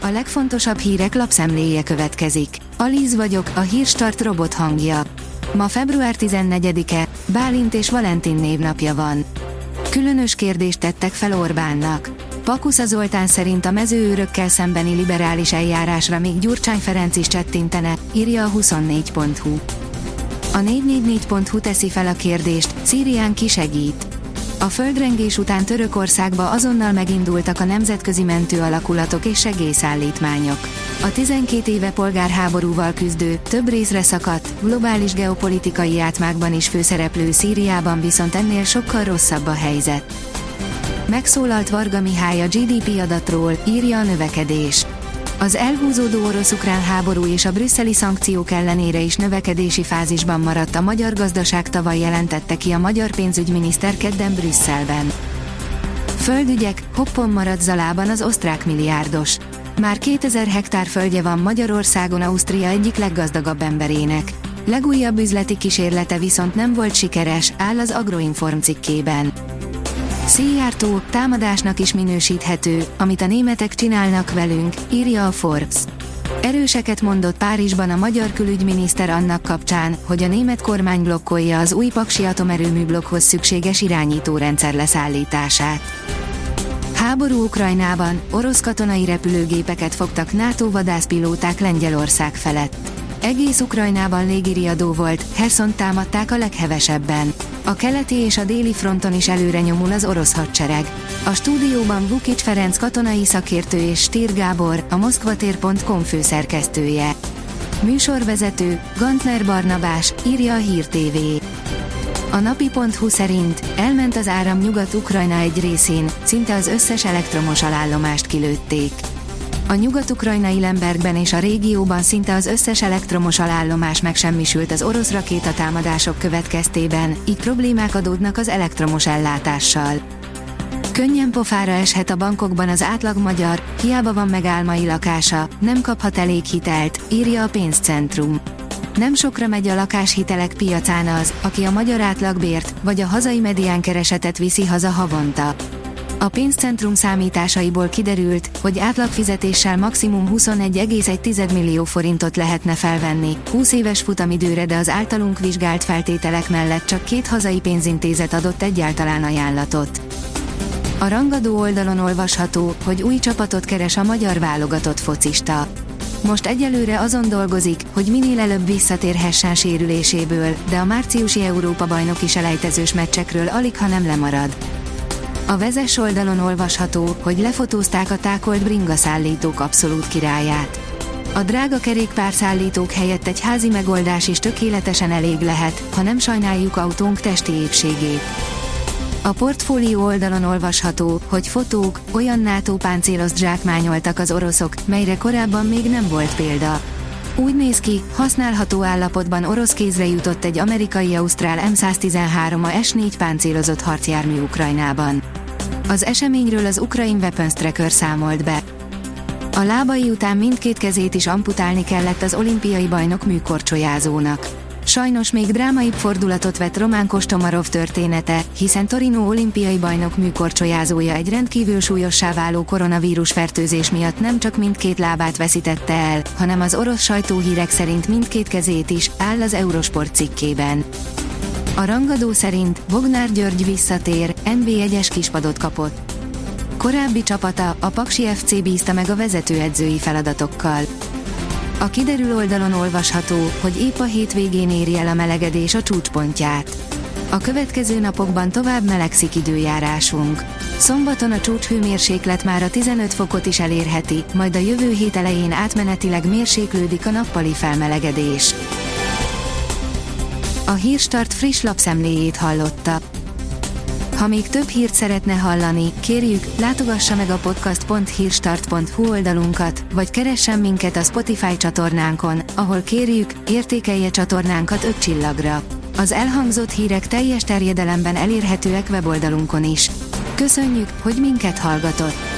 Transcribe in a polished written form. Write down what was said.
A legfontosabb hírek lapszemléje következik. Alíz vagyok, a Hírstart robot hangja. Ma február 14-e, Bálint és Valentin névnapja van. Különös kérdést tettek fel Orbánnak. Pakusza Zoltán szerint a mezőőrökkel szembeni liberális eljárásra még Gyurcsány Ferenc is csettintene, írja a 24.hu. A 444.hu teszi fel a kérdést, Szírián ki segít? A földrengés után Törökországba azonnal megindultak a nemzetközi mentőalakulatok és segélyszállítmányok. A 12 éve polgárháborúval küzdő, több részre szakadt, globális geopolitikai játmákban is főszereplő Szíriában viszont ennél sokkal rosszabb a helyzet. Megszólalt Varga Mihály a GDP adatról, írja a Növekedés. Az elhúzódó orosz-ukrán háború és a brüsszeli szankciók ellenére is növekedési fázisban maradt a magyar gazdaság, tavaly jelentette ki a magyar pénzügyminiszter kedden Brüsszelben. Földügyek, hoppon maradt Zalában az osztrák milliárdos. Már 2000 hektár földje van Magyarországon Ausztria egyik leggazdagabb emberének. Legújabb üzleti kísérlete viszont nem volt sikeres, áll az Agroinform cikkében. Szijjártó, támadásnak is minősíthető, amit a németek csinálnak velünk, írja a Forbes. Erőseket mondott Párizsban a magyar külügyminiszter annak kapcsán, hogy a német kormány blokkolja az új paksi atomerőműblokkhoz szükséges irányítórendszer leszállítását. Háború Ukrajnában, orosz katonai repülőgépeket fogtak NATO vadászpilóták Lengyelország felett. Egész Ukrajnában légiriadó volt, Herszont támadták a leghevesebben. A keleti és a déli fronton is előre nyomul az orosz hadsereg. A stúdióban Vukic Ferenc katonai szakértő és Stír Gábor, a moszkvatér.com főszerkesztője. Műsorvezető, Gantner Barnabás, írja a Hír TV. A napi.hu szerint elment az áram Nyugat-Ukrajna egy részén, szinte az összes elektromos alállomást kilőtték. A nyugat-ukrajnai Lembergben és a régióban szinte az összes elektromos alállomás megsemmisült az orosz rakétatámadások következtében, így problémák adódnak az elektromos ellátással. Könnyen pofára eshet a bankokban az átlag magyar, hiába van megálmai lakása, nem kaphat elég hitelt, írja a Pénzcentrum. Nem sokra megy a lakáshitelek piacán az, aki a magyar átlagbért, vagy a hazai mediánkeresetet viszi haza havonta. A Pénzcentrum számításaiból kiderült, hogy átlagfizetéssel maximum 21,1 millió forintot lehetne felvenni, 20 éves futamidőre, de az általunk vizsgált feltételek mellett csak 2 hazai pénzintézet adott egyáltalán ajánlatot. A rangadó oldalon olvasható, hogy új csapatot keres a magyar válogatott focista. Most egyelőre azon dolgozik, hogy minél előbb visszatérhessen sérüléséből, de a márciusi Európa-bajnoki selejtezős meccsekről aligha nem lemarad. A Vezess oldalon olvasható, hogy lefotózták a tákolt bringaszállítók abszolút királyát. A drága kerékpárszállítók helyett egy házi megoldás is tökéletesen elég lehet, ha nem sajnáljuk autónk testi épségét. A Portfólió oldalon olvasható, hogy fotók, olyan NATO páncéloszt zsákmányoltak az oroszok, melyre korábban még nem volt példa. Úgy néz ki, használható állapotban orosz kézre jutott egy amerikai-ausztrál M113A S4 páncélozott harcjármű Ukrajnában. Az eseményről az Ukraine Weapons Tracker számolt be. A lábai után mindkét kezét is amputálni kellett az olimpiai bajnok műkorcsolyázónak. Sajnos még drámaibb fordulatot vett Román Kostomarov története, hiszen Torino olimpiai bajnok műkorcsolyázója egy rendkívül súlyossá váló koronavírus fertőzés miatt nem csak mindkét lábát veszítette el, hanem az orosz sajtóhírek szerint mindkét kezét is, áll az Eurosport cikkében. A rangadó szerint Bognár György visszatér, NB1-es kispadot kapott. Korábbi csapata, a Paksi FC bízta meg a vezetőedzői feladatokkal. A kiderül oldalon olvasható, hogy épp a hétvégén éri el a melegedés a csúcspontját. A következő napokban tovább melegszik időjárásunk. Szombaton a csúcshőmérséklet már a 15 fokot is elérheti, majd a jövő hét elején átmenetileg mérséklődik a nappali felmelegedés. A Hírstart friss lapszemléjét hallotta. Ha még több hírt szeretne hallani, kérjük, látogassa meg a podcast.hírstart.hu oldalunkat, vagy keressen minket a Spotify csatornánkon, ahol kérjük, értékelje csatornánkat 5 csillagra. Az elhangzott hírek teljes terjedelemben elérhetőek weboldalunkon is. Köszönjük, hogy minket hallgatott!